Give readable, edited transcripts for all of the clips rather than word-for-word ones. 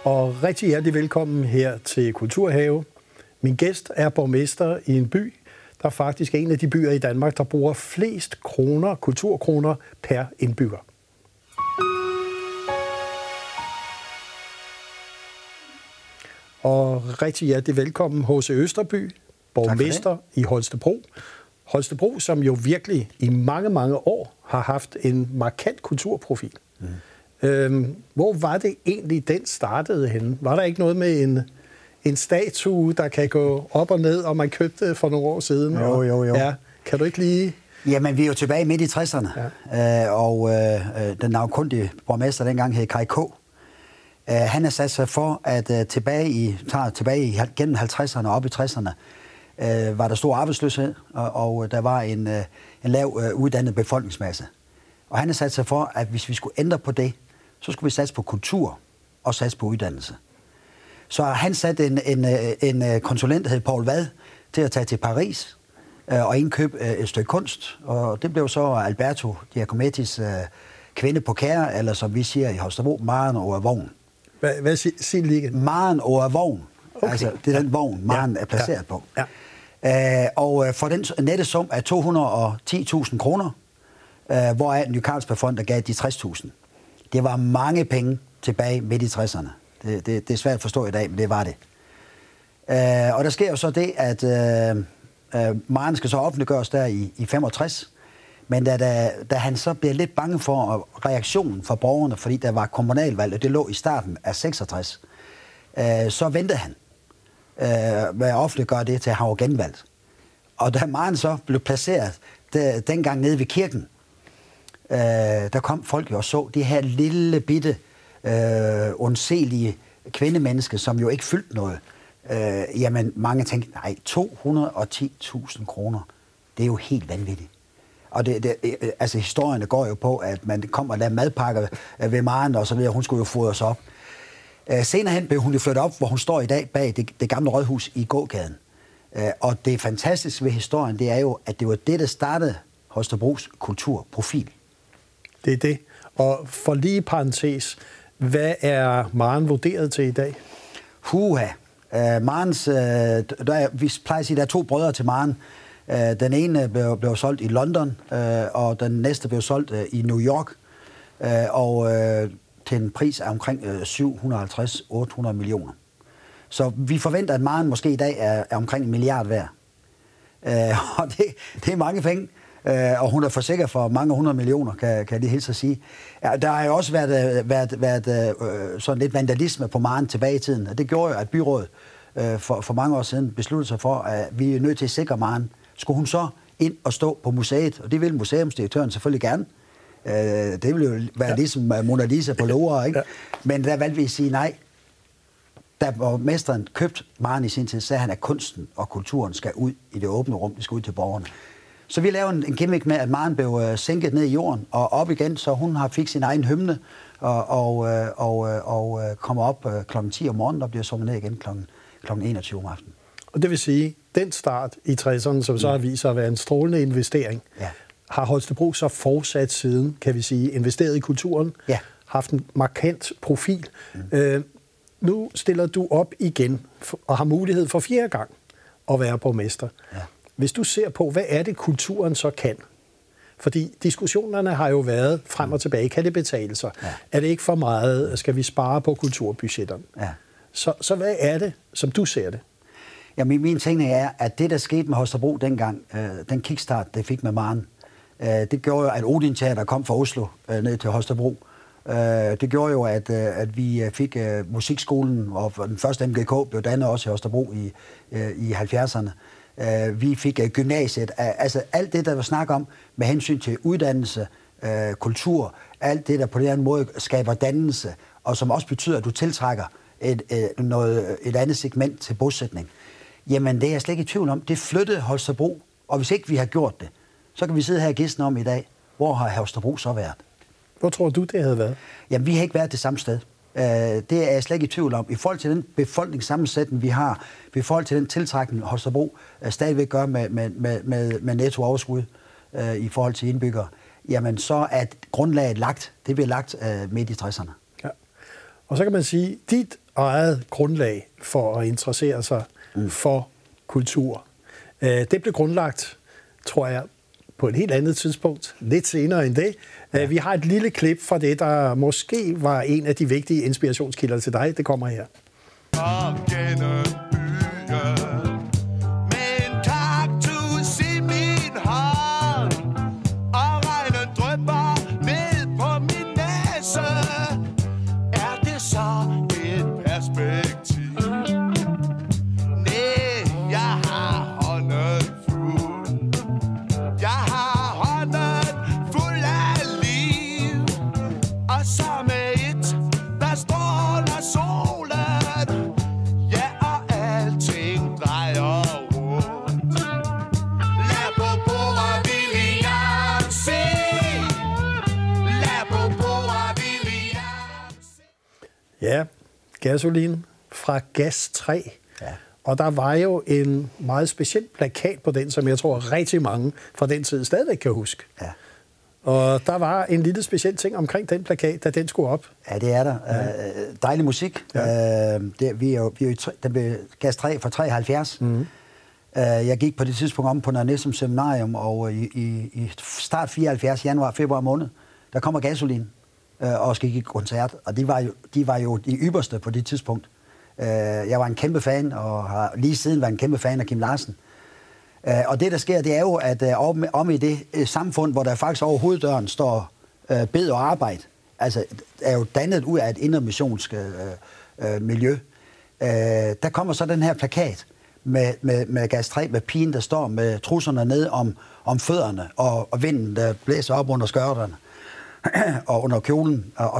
Og rigtig hjertelig velkommen her til Kulturhave. Min gæst er borgmester i en by, der faktisk er en af de byer i Danmark, der bruger flest kulturkroner per indbygger. Og rigtig hjertelig velkommen H.C. Østerby, borgmester i Holstebro. Holstebro, som jo virkelig i mange, mange år har haft en markant kulturprofil. Hvor var det egentlig, den startede henne? Var der ikke noget med en statue, der kan gå op og ned, og man købte for nogle år siden? Jo. Ja, kan du ikke lige... Jamen, vi er jo tilbage midt i 60'erne, og den navnkundige borgmester dengang hed Kaj K. Han har sat sig for, at tilbage gennem 50'erne og op i 60'erne, var der stor arbejdsløshed, og der var en lav uddannet befolkningsmasse. Og han har sat sig for, at hvis vi skulle ændre på det, så skulle vi satse på kultur og satse på uddannelse. Så han satte en konsulent, der hed Paul Vad, til at tage til Paris og indkøbe et stykke kunst. Og det blev så Alberto Giacomettis Kvinde på kære, eller som vi siger i Holstebro, Maren over vogn. Hvad siger lige igen? Maren over vogn. Okay. Altså, det er den vogn, Maren er placeret på. Ja. Og for den nette sum af 210.000 kroner, hvoraf Ny Carlsbergfondet gav de 60.000. Det var mange penge tilbage midt i 60'erne. Det er svært at forstå i dag, men det var det. Og der sker jo så det, at Maren skal så offentliggøres der i 65. Men da han så bliver lidt bange for reaktionen fra borgerne, fordi der var kommunalvalg, og det lå i starten af 66, så ventede han med at offentliggøre det til at han var genvalgt. Og da Maren så blev placeret dengang nede ved kirken, der kom folk jo og så de her lille bitte undselige kvindemennesker, som jo ikke fyldte noget. Jamen mange tænkte, nej, 210.000 kroner, det er jo helt vanvittigt. Og altså historierne går jo på, at man kom og lavede madpakker ved Maren og så videre, hun skulle jo fodres op. Senere hen blev hun jo flyttet op, hvor hun står i dag bag det gamle rådhus i gågaden. Og det fantastiske ved historien, det er jo, at det var det, der startede Holstebros kulturprofil. Det er det. Og for lige parentes, hvad er Maren vurderet til i dag? Marens, vi plejer at sige, der er 2 brødre til Maren. Den ene blev solgt i London, og den næste blev solgt i New York, og til en pris af omkring 750-800 millioner. Så vi forventer, at Maren måske i dag er omkring 1 milliard værd. Og det er mange penge, og hun er forsikret for mange 100 millioner, kan jeg lige hilse at sige. Ja, der har jo også været sådan lidt vandalisme på Maren tilbage i tiden, og det gjorde jo, at byrådet for mange år siden besluttede sig for, at vi er nødt til at sikre Maren. Skulle hun så ind og stå på museet, og det vil museumsdirektøren selvfølgelig gerne. Det ville jo være ligesom Mona Lisa på Louvre, ikke? Ja. Men der valgte vi at sige nej. Da borgmesteren købte Maren i sin tid, sagde han, at kunsten og kulturen skal ud i det åbne rum, det skal ud til borgerne. Så vi lavede en gimmick med, at Maren blev sænket ned i jorden og op igen, så hun fik sin egen hymne og kommer op kl. 10 om morgenen og bliver sunget ned igen kl. 21 om aftenen. Og det vil sige, den start i 60'erne, som så har vist sig at være en strålende investering, har Holstebro så fortsat siden, kan vi sige, investeret i kulturen, haft en markant profil. Nu stiller du op igen og har mulighed for 4. gang at være borgmester. Ja. Hvis du ser på, hvad er det, kulturen så kan? Fordi diskussionerne har jo været frem og tilbage. Kan det betale sig? Ja. Er det ikke for meget? Skal vi spare på kulturbudgetterne? Ja. Så hvad er det, som du ser det? Ja, min tænkning er, at det, der skete med Holstebro dengang, den kickstart, det fik med Maren, det gjorde jo, at Odin Teater kom fra Oslo ned til Holstebro. Det gjorde jo, at vi fik musikskolen, og den første MGK blev dannet også i Holstebro i 70'erne. Vi fik gymnasiet. Altså alt det, der var snak om med hensyn til uddannelse, kultur, alt det, der på den anden måde skaber dannelse, og som også betyder, at du tiltrækker et andet segment til bosætning. Jamen, det er jeg slet ikke i tvivl om. Det flyttede Holstebro, og hvis ikke vi har gjort det, så kan vi sidde her og gisne om i dag, hvor har Holstebro så været? Hvor tror du, det havde været? Jamen, vi har ikke været det samme sted. Det er jeg slet ikke i tvivl om. I forhold til den befolkningssammensætning, vi har, i forhold til den tiltrækning, Holstebro stadigvæk gør med nettooverskud i forhold til indbyggere, jamen så er grundlaget lagt. Det bliver lagt midt i 60'erne. Ja. Og så kan man sige, dit eget grundlag for at interessere sig for kultur. Det blev grundlagt, tror jeg, på et helt andet tidspunkt, lidt senere end det. Ja. Vi har et lille klip fra det, der måske var en af de vigtige inspirationskilder til dig. Det kommer her. Ja, Gasolin fra Gas 3. Ja. Og der var jo en meget speciel plakat på den, som jeg tror rigtig mange fra den tid stadigvæk kan huske. Ja. Og der var en lille speciel ting omkring den plakat, da den skulle op. Ja, det er der. Ja. Dejlig musik. Ja. Den blev Gas 3 fra 73. Mm-hmm. Jeg gik på det tidspunkt om på Nørre Nissum Seminarium, og i start 74, januar, februar måned, der kommer Gasolin og skal give koncert. Og de var jo de ypperste på det tidspunkt. Jeg var en kæmpe fan, og har lige siden været en kæmpe fan af Kim Larsen. Og det, der sker, det er jo, at om i det samfund, hvor der faktisk over hoveddøren står bed og arbejde, altså er jo dannet ud af et intermissionsk miljø. Der kommer så den her plakat med Gas 3, med pigen, der står med trusserne ned om fødderne, og vinden, der blæser op under skørterne og under kjolen. Og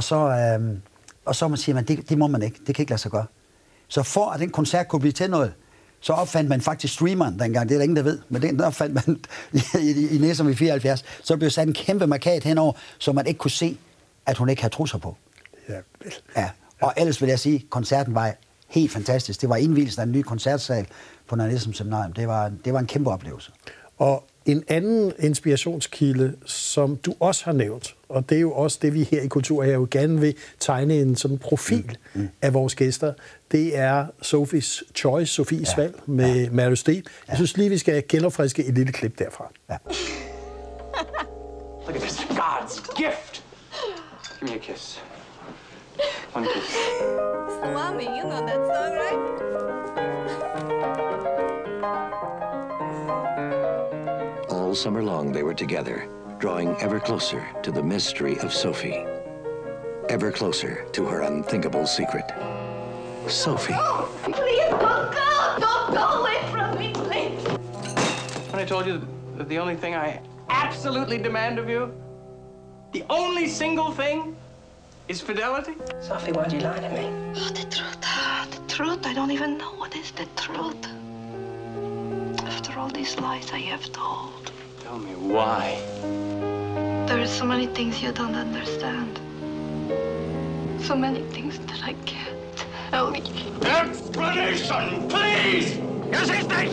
så siger man, det må man ikke, det kan ikke lade sig gøre. Så for at den koncert kunne blive til noget, så opfandt man faktisk streameren dengang. Det er der ingen, der ved, men den opfandt man i Nissum i 74. Så blev sat en kæmpe markat henover, så man ikke kunne se, at hun ikke havde trusser på. Ja. Og ellers vil jeg sige, at koncerten var helt fantastisk. Det var indvielsen af en ny koncertsal på Nørre Nissum Seminarium. Det var en kæmpe oplevelse. Og en anden inspirationskilde, som du også har nævnt, og det er jo også det, vi her i Kulturhave gerne vil tegne en sådan profil af vores gæster, det er Sophie's Choice, Sofies valg med Meryl Streep. Jeg synes lige, vi skal genopfriske et lille klip derfra. Ja. Look at this, God's gift! Give me a kiss. One kiss. Salami, you know that song, right? All summer long they were together, drawing ever closer to the mystery of Sophie. Ever closer to her unthinkable secret. Sophie. Oh, please don't go! Don't go away from me, please! When I told you that the only thing I absolutely demand of you, the only single thing, is fidelity? Sophie, why'd you lie to me? Oh, the truth. The truth. I don't even know what is the truth. After all these lies I have told. Tell me why. There are so many things you don't understand. So many things that I can't tell you. Explanation, please! Yes,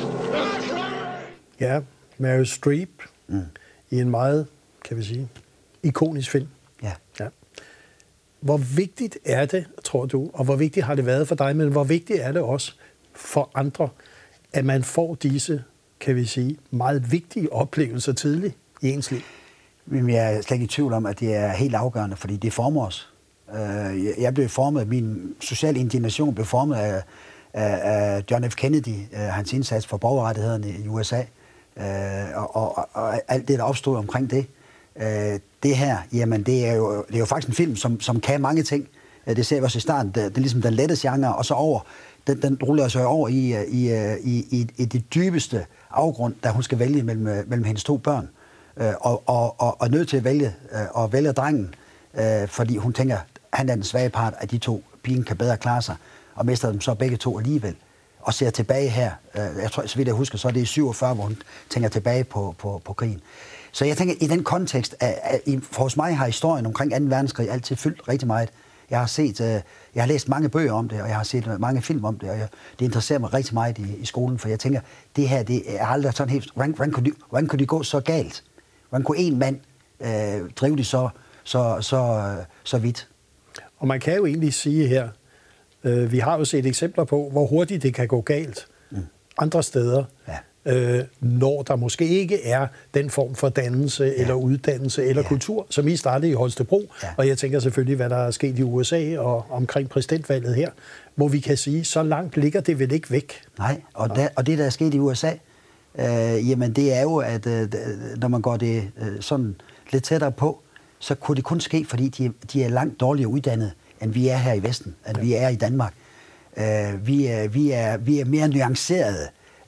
Ja, Meryl Streep i en meget, kan vi sige, ikonisk film. Ja. Hvor vigtigt er det, tror du, og hvor vigtigt har det været for dig, men hvor vigtigt er det også for andre, at man får disse, kan vi sige, meget vigtige oplevelser tidligt i ens liv? Men jeg er slet ikke i tvivl om, at det er helt afgørende, fordi det former os. Jeg blev formet, min sociale indignation blev formet af John F. Kennedy, hans indsats for borgerrettighederne i USA, og alt det, der opstod omkring det. Det her, jamen det er jo faktisk en film, som kan mange ting. Det ser vi også i starten. Det er ligesom den lette genre, og så over. Den ruller sig over i det dybeste afgrund, da hun skal vælge mellem hendes to børn. Og nødt til at vælge drengen, fordi hun tænker, han er den svage part af de to. Pigen kan bedre klare sig, og mister dem så begge to alligevel. Og ser tilbage her, jeg tror, så vidt jeg husker, så er det i 47, hvor hun tænker tilbage på krigen. Så jeg tænker, i den kontekst, for hos mig har historien omkring 2. verdenskrig altid fyldt rigtig meget. Jeg har læst mange bøger om det, og jeg har set mange film om det, og det interesserer mig rigtig meget i skolen, for jeg tænker, det her, det er aldrig sådan helt, hvordan kunne det gå så galt? Hvordan kunne en mand drive det så vidt? Og man kan jo egentlig sige her, Vi har jo set eksempler på, hvor hurtigt det kan gå galt andre steder, når der måske ikke er den form for dannelse eller uddannelse eller kultur, som I startede i Holstebro. Og jeg tænker selvfølgelig, hvad der er sket i USA og omkring præsidentvalget her, hvor vi kan sige, så langt ligger det vel ikke væk. Nej, og det, der er sket i USA, jamen det er jo, at når man går det sådan lidt tættere på, så kunne det kun ske, fordi de er langt dårligere uddannet, end vi er her i Vesten, end vi er i Danmark. Vi er mere nuancerede,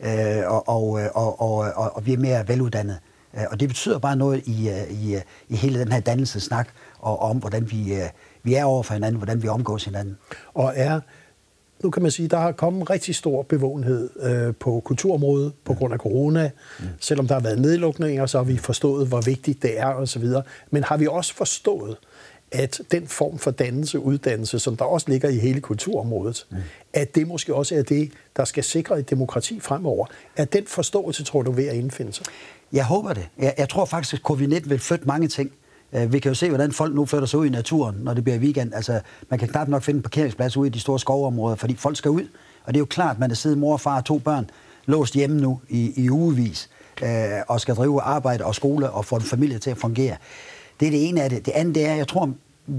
og vi er mere veluddannede. Og det betyder bare noget i hele den her dannelsessnak, og om hvordan vi er over for hinanden, hvordan vi omgås hinanden. Og nu kan man sige, der har kommet rigtig stor bevågenhed på kulturområdet på grund af corona. Selvom der har været nedlukninger, så har vi forstået, hvor vigtigt det er osv. Men har vi også forstået, at den form for uddannelse, som der også ligger i hele kulturområdet, at det måske også er det, der skal sikre et demokrati fremover. Er den forståelse, tror du, ved at indfinde sig? Jeg håber det. Jeg tror faktisk, at covid-19 vil flytte mange ting. Vi kan jo se, hvordan folk nu flytter sig ud i naturen, når det bliver weekend. Altså, man kan knap nok finde en parkeringsplads ude i de store skovområder, fordi folk skal ud. Og det er jo klart, at man er siddet mor, far og 2 børn låst hjemme nu i ugevis, og skal drive arbejde og skole og få en familie til at fungere. Det er det ene af det. Det andet det er, jeg tror,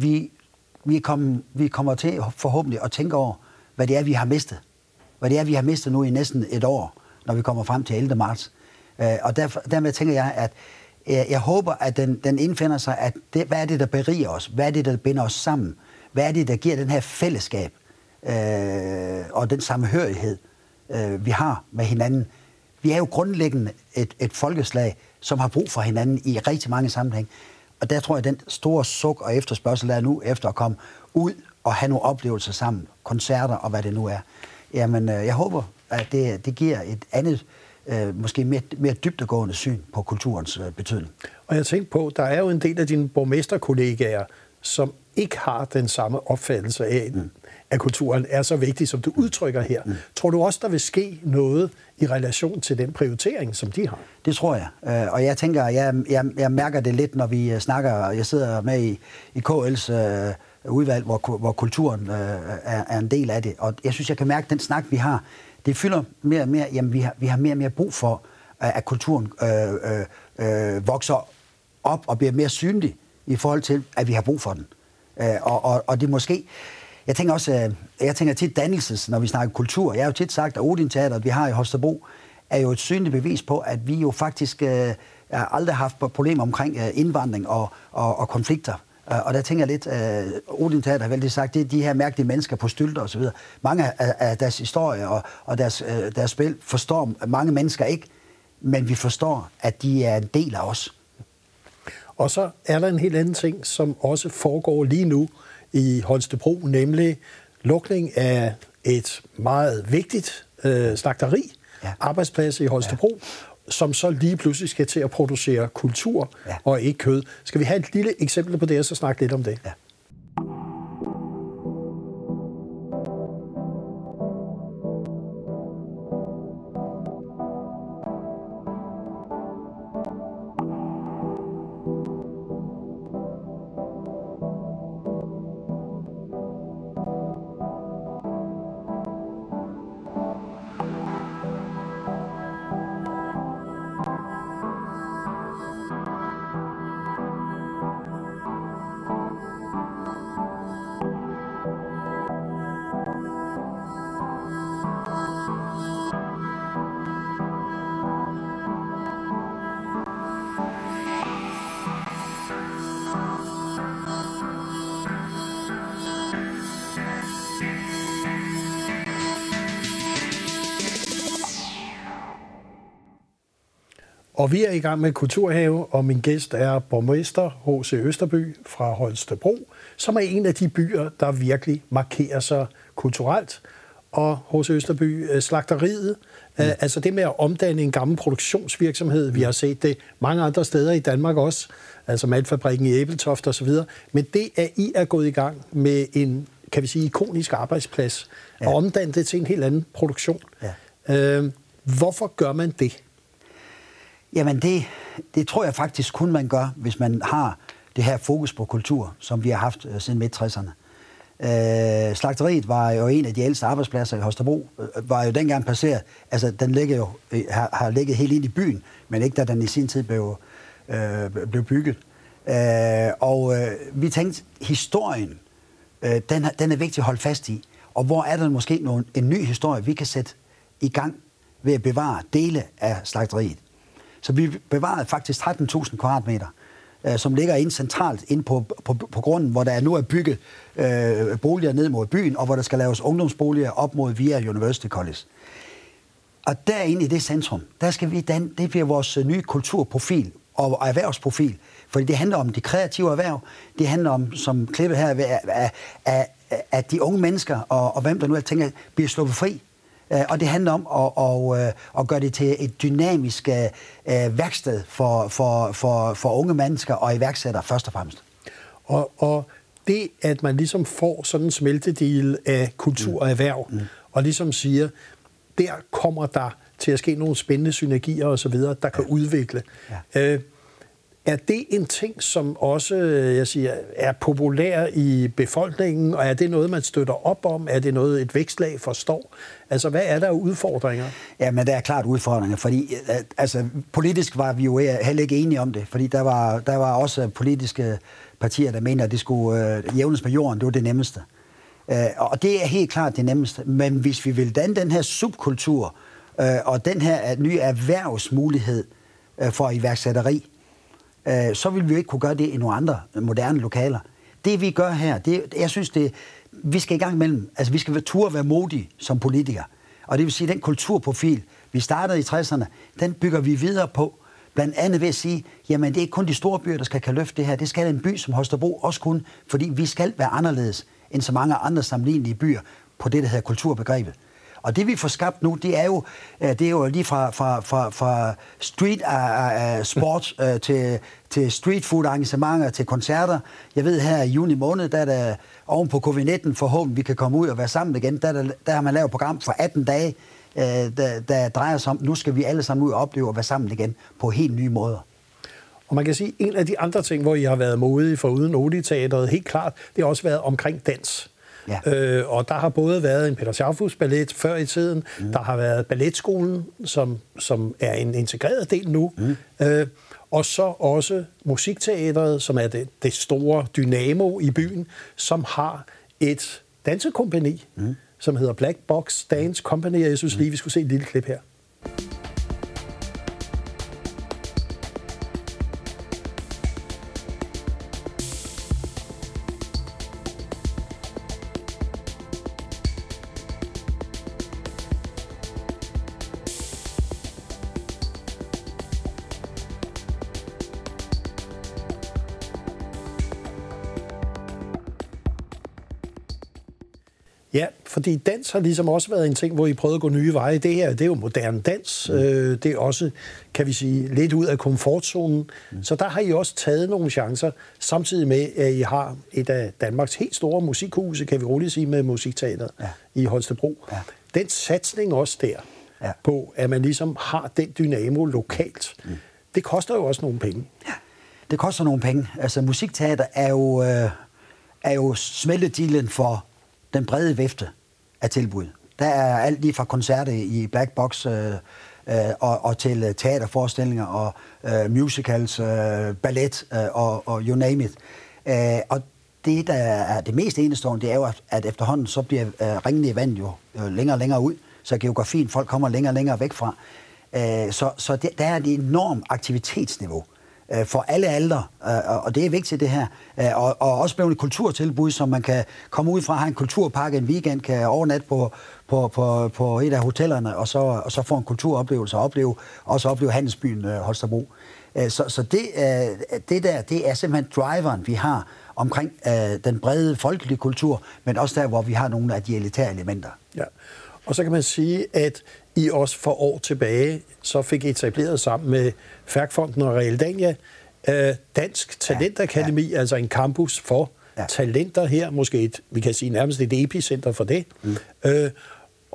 vi kommer til forhåbentlig at tænke over, hvad det er, vi har mistet. Hvad det er, vi har mistet nu i næsten et år, når vi kommer frem til 11. marts. Og dermed tænker jeg, at jeg håber, at den indfinder sig, at hvad er det, der beriger os? Hvad er det, der binder os sammen? Hvad er det, der giver den her fællesskab og den samhørighed, vi har med hinanden? Vi er jo grundlæggende et folkeslag, som har brug for hinanden i rigtig mange sammenhæng. Og der tror jeg, den store suk og efterspørgsel er nu efter at komme ud og have nogle oplevelser sammen, koncerter og hvad det nu er. Jamen, jeg håber, at det giver et andet, måske mere dybdegående syn på kulturens betydning. Og jeg tænker på, der er jo en del af dine borgmesterkollegaer, som ikke har den samme opfattelse af, at kulturen er så vigtig, som du udtrykker her. Tror du også, der vil ske noget i relation til den prioritering, som de har? Det tror jeg. Og jeg tænker, jeg mærker det lidt, når vi snakker. Jeg sidder med i KL's udvalg, hvor kulturen er en del af det. Og jeg synes, jeg kan mærke, den snak, vi har, det fylder mere og mere. Jamen, vi har mere og mere brug for, at kulturen vokser op og bliver mere synlig i forhold til, at vi har brug for den. Og det måske... Jeg tænker tit dannelses, når vi snakker kultur. Jeg har jo tit sagt, at Odin Teatret, vi har i Holstebro, er jo et synligt bevis på, at vi jo faktisk aldrig har haft problemer omkring indvandring og konflikter. Og der tænker jeg lidt, Odin Teatret har vel sagt, det er de her mærkelige mennesker på stylter osv. Mange af deres historie og deres spil forstår mange mennesker ikke, men vi forstår, at de er en del af os. Og så er der en helt anden ting, som også foregår lige nu i Holstebro, nemlig lukning af et meget vigtigt slagteri, arbejdsplads i Holstebro, som så lige pludselig skal til at producere kultur og ikke kød. Skal vi have et lille eksempel på det, og så snakke lidt om det? Ja. Og vi er i gang med Kulturhave, og min gæst er borgmester H.C. Østerby fra Holstebro, som er en af de byer, der virkelig markerer sig kulturelt. Og H.C. Østerby, slagteriet, altså det med at omdanne en gammel produktionsvirksomhed, vi har set det mange andre steder i Danmark også, altså Maltfabrikken i Ebeltoft osv., men det I er gået i gang med en, kan vi sige, ikonisk arbejdsplads, og omdanne det til en helt anden produktion. Ja. Hvorfor gør man det? Jamen det tror jeg faktisk kun man gør, hvis man har det her fokus på kultur, som vi har haft siden midt-60'erne. Slagteriet var jo en af de ældste arbejdspladser i Holstebro, var jo dengang placeret, altså den ligger jo, har ligget helt ind i byen, men ikke da den i sin tid blev bygget. Vi tænkte, historien, den er vigtig at holde fast i, og hvor er der måske en ny historie, vi kan sætte i gang ved at bevare dele af slagteriet. Så vi bevarede faktisk 13.000 kvadratmeter, som ligger inde centralt inde på grunden, hvor der nu er bygget boliger ned mod byen, og hvor der skal laves ungdomsboliger op mod via University College. Og derinde i det centrum, der skal vi det bliver vores nye kulturprofil og erhvervsprofil, fordi det handler om de kreative erhverv, det handler om, som klippet her, at de unge mennesker, og hvem der nu tænker, bliver sluppet fri. Og det handler om at gøre det til et dynamisk værksted for unge mennesker og iværksættere først og fremmest. Og det, at man ligesom får sådan en smeltedel af kultur og erhverv, og ligesom siger, der kommer der til at ske nogle spændende synergier og så videre, der kan udvikle. Ja. Er det en ting, som også, er populær i befolkningen, og er det noget, man støtter op om? Er det noget, et vækstlag forstår? Altså, hvad er der af udfordringer? Ja, men der er klart udfordringer, fordi politisk var vi jo heller ikke enige om det, fordi der var også politiske partier, der mener, at det skulle jævnes med jorden, det var det nemmeste. Og det er helt klart det nemmeste, men hvis vi vil danne den her subkultur, og den her nye erhvervsmulighed for iværksætteri, så vil vi jo ikke kunne gøre det i nogle andre moderne lokaler. Det vi gør her, jeg synes, vi skal i gang imellem, altså vi skal turde være modige som politikere. Og det vil sige, den kulturprofil, vi startede i 60'erne, den bygger vi videre på. Blandt andet ved at sige, jamen det er ikke kun de store byer, der kan løfte det her. Det skal en by som Holstebro også kunne, fordi vi skal være anderledes end så mange andre sammenlignelige byer på det, der hedder kulturbegrebet. Og det vi får skabt nu, det er jo lige fra street sport til street food arrangementer til koncerter. Jeg ved her i juni måned, der er der oven på covid-19 forhåbentlig vi kan komme ud og være sammen igen. Der har man lavet et program for 18 dage, der drejer sig om, nu skal vi alle sammen ud og opleve at være sammen igen på helt nye måder. Og man kan sige, en af de andre ting, hvor I har været modige for uden Odeteatret, helt klart, det har også været omkring dans. Ja. Og der har både været en Peter Schaufus ballet før i tiden, der har været balletskolen, som er en integreret del nu, og så også Musikteatret, som er det store dynamo i byen, som har et dansekompagni, som hedder Black Box Dance Company, og jeg synes lige, vi skulle se et lille klip her. Ja, fordi dans har ligesom også været en ting, hvor I prøvede at gå nye veje. Det her, det er jo moderne dans. Det er også, kan vi sige, lidt ud af komfortzonen. Så der har I også taget nogle chancer, samtidig med, at I har et af Danmarks helt store musikhuse, kan vi roligt sige, med Musikteatret i Holstebro. Ja. Den satsning også der på, at man ligesom har den dynamo lokalt, det koster jo også nogle penge. Ja, det koster nogle penge. Altså, Musikteater er jo smeltedealen for den brede vifte af tilbud. Der er alt lige fra koncerter i Black Box og til teaterforestillinger og musicals, ballet og you name it. Og det, der er det mest enestående, det er jo, at efterhånden så bliver ringene i vand jo længere og længere ud, så geografien, folk kommer længere og længere væk fra. Så der er et enormt aktivitetsniveau for alle aldre, og det er vigtigt det her. Og også blevet et kulturtilbud, som man kan komme ud fra, have en kulturpakke en weekend, kan overnatte på et af hotellerne, og så få en kulturoplevelse og opleve handelsbyen Holstebro. Så det er simpelthen driveren, vi har omkring den brede folkelige kultur, men også der, hvor vi har nogle af de elitære elementer. Ja. Og så kan man sige, at I også for år tilbage så fik etableret sammen med Færkfonden og Realdania Dansk Talentakademi, altså en campus for talenter her, måske vi kan sige nærmest et epicenter for det.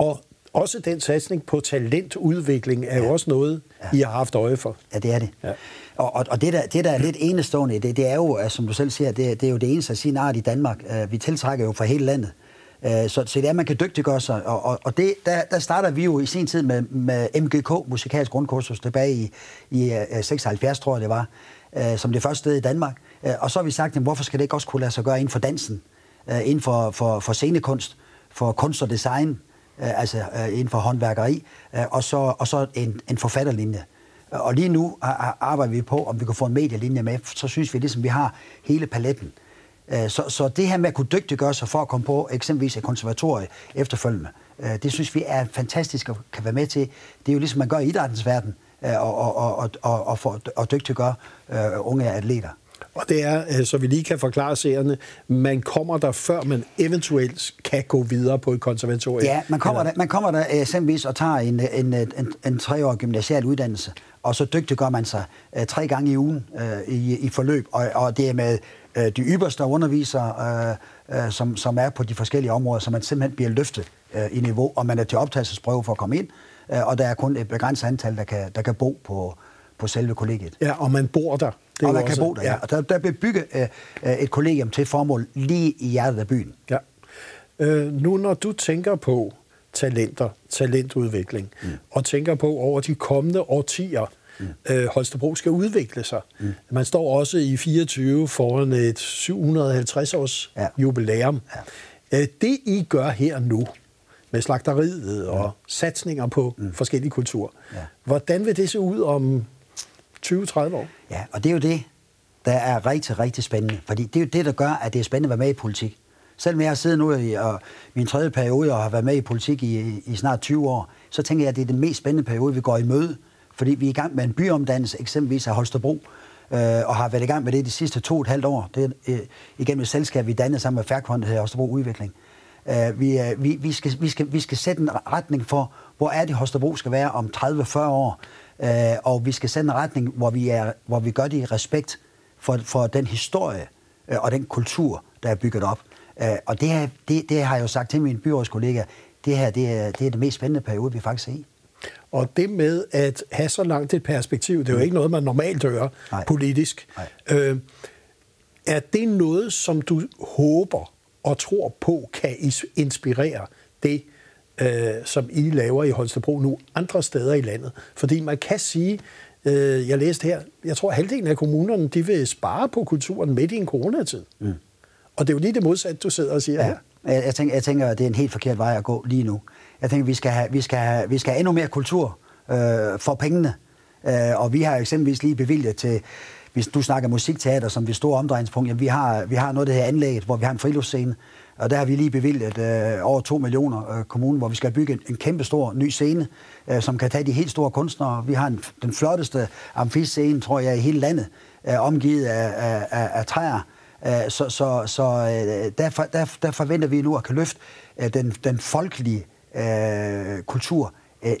også den satsning på talentudvikling er jo også noget, I har haft øje for. Ja, det er det. Ja. Og det, der er lidt enestående, det er jo, som du selv siger, det er jo det eneste af sin art i Danmark. Vi tiltrækker jo fra hele landet. Så det er, man kan dygtiggøre sig. Og det, der starter vi jo i sin tid med MGK, musikalsk grundkursus, tilbage i 76, tror jeg det var, som det første sted i Danmark. Og så har vi sagt, hvorfor skal det ikke også kunne lade sig gøre inden for dansen, inden for scenekunst, for kunst og design, altså inden for håndværkeri, og så en forfatterlinje. Og lige nu arbejder vi på, om vi kan få en medielinje med, så synes vi ligesom, vi har hele paletten. Så det her med at kunne dygtiggøre sig for at komme på eksempelvis et konservatorie efterfølgende, det synes vi er fantastisk at kan være med til. Det er jo ligesom man gør i idrættens verden, og dygtiggøre unge atleter. Og det er, så vi lige kan forklare seerne, man kommer der, før man eventuelt kan gå videre på et konservatorium. Ja, man kommer der eksempelvis og tager en 3-årig gymnasial uddannelse, og så dygtiggør man sig 3 gange i ugen i forløb, og det er med de ypperste undervisere, som er på de forskellige områder, så man simpelthen bliver løftet i niveau, og man er til optagelsesprøve for at komme ind, og der er kun et begrænset antal, der kan bo på selve kollegiet. Ja, og man bor der. Det og man kan bo der, ja. Og der bliver bygget et kollegium til formål lige i hjertet af byen. Ja. Nu når du tænker på talentudvikling, og tænker på over de kommende årtier, Holstebro skal udvikle sig. Man står også i 24 foran et 750-års jubilæum. Ja. Det I gør her nu, med slagteriet og satsninger på forskellige kulturer, hvordan vil det se ud om 20-30 år? Ja, og det er jo det, der er rigtig, rigtig spændende. Fordi det er jo det, der gør, at det er spændende at være med i politik. Selvom jeg har siddet nu i min 3. periode og har været med i politik i snart 20 år, så tænker jeg, at det er den mest spændende periode, vi går i møde. Fordi vi er i gang med en byomdannelse, eksempelvis af Holstebro, og har været i gang med det de sidste 2,5 år. Det er igennem et selskab, vi dannede sammen med Færkfondet her, Holstebro Udvikling. Vi skal sætte en retning for, hvor er det Holstebro skal være om 30-40 år, og vi skal sætte en retning, hvor vi gør det i respekt for den historie og den kultur, der er bygget op. Og det har jeg jo sagt til mine byrådskollegaer, det her det er det mest spændende periode, vi faktisk er i. Og det med at have så langt et perspektiv, det er jo ikke noget, man normalt gør politisk. Er det noget, som du håber og tror på, kan inspirere det, som I laver i Holstebro nu andre steder i landet? Fordi man kan sige, jeg læste her, jeg tror halvdelen af kommunerne, de vil spare på kulturen midt i en coronatid. Og det er jo lige det modsatte, du sidder og siger her. Jeg tænker, at det er en helt forkert vej at gå lige nu. Jeg tænker, vi skal have endnu mere kultur for pengene. Og vi har eksempelvis lige bevilget til, hvis du snakker musikteater som det store omdrejningspunkt, jamen vi har noget, der her anlægget, hvor vi har en friluftsscene. Og der har vi lige bevilget over 2 millioner kommunen, hvor vi skal bygge en kæmpe stor ny scene, som kan tage de helt store kunstnere. Vi har den flotteste amfiscene, tror jeg, i hele landet, omgivet af træer. Så der forventer vi nu at kan løfte den folkelige kultur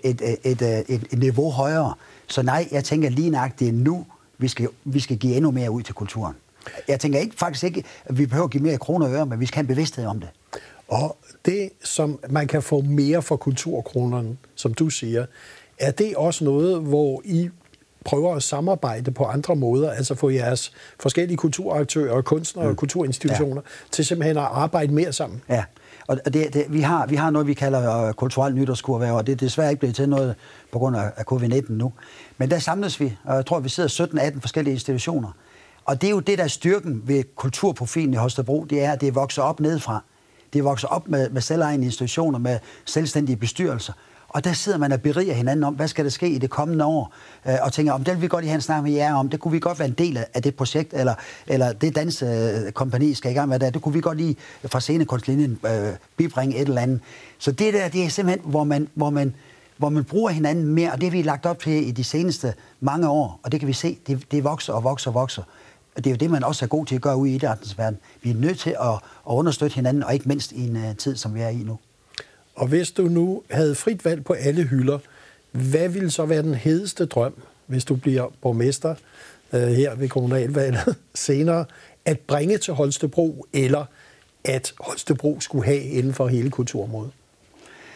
et niveau højere. Så nej, jeg tænker lige nøjagtigt, det er nu, vi skal give endnu mere ud til kulturen. Jeg tænker faktisk ikke, at vi behøver at give mere kroner og øre, men vi skal have en bevidsthed om det. Og det, som man kan få mere for kulturkronerne, som du siger, er det også noget, hvor I prøver at samarbejde på andre måder, altså få jeres forskellige kulturaktører, kunstnere og kulturinstitutioner til simpelthen at arbejde mere sammen? Ja, og vi har noget, vi kalder kulturel nytårskurve, og det er desværre ikke blevet til noget på grund af covid-19 nu. Men der samles vi, og jeg tror, vi sidder 17-18 forskellige institutioner. Og det er jo det, der er styrken ved kulturprofilen i Holstebro, det er, at det er vokset op nedefra. Det er vokset op med selvejende institutioner, med selvstændige bestyrelser. Og der sidder man og beriger hinanden om, hvad skal der ske i det kommende år, og tænker, om det vil vi godt have en snak med jer om, det kunne vi godt være en del af det projekt, eller det dansekompagni skal i gang med der, det kunne vi godt lige fra scenekunstlinjen bibringe et eller andet. Så det der, det er simpelthen, hvor man bruger hinanden mere, og det har vi lagt op til i de seneste mange år, og det kan vi se, det vokser og vokser og vokser. Og det er jo det, man også er god til at gøre ude i idrættens verden. Vi er nødt til at understøtte hinanden, og ikke mindst i en tid, som vi er i nu. Og hvis du nu havde frit valg på alle hylder, hvad ville så være den hedeste drøm, hvis du bliver borgmester her ved kommunalvalget senere, at bringe til Holstebro, eller at Holstebro skulle have inden for hele kulturområdet?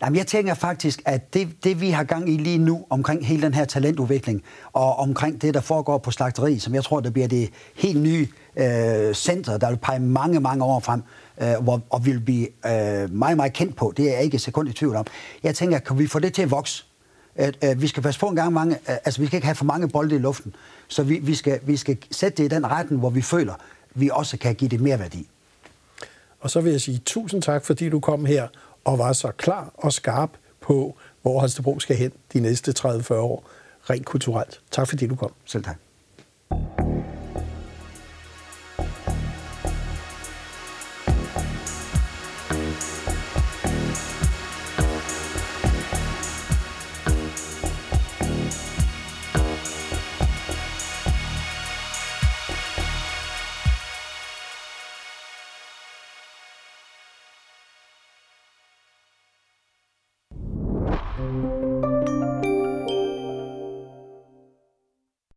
Jamen, jeg tænker faktisk, at det vi har gang i lige nu, omkring hele den her talentudvikling, og omkring det, der foregår på slagteri, som jeg tror, der bliver det helt nye center, der vil pege mange, mange år frem, og vil blive meget, meget kendt på. Det er jeg ikke et sekund i tvivl om. Jeg tænker, kan vi få det til at vokse? Vi skal passe på en gang vi skal ikke have for mange bolde i luften, så vi skal sætte det i den retning, hvor vi føler, vi også kan give det mere værdi. Og så vil jeg sige tusind tak, fordi du kom her og var så klar og skarp på, hvor Holstebro skal hen de næste 30-40 år, rent kulturelt. Tak fordi du kom. Selv tak.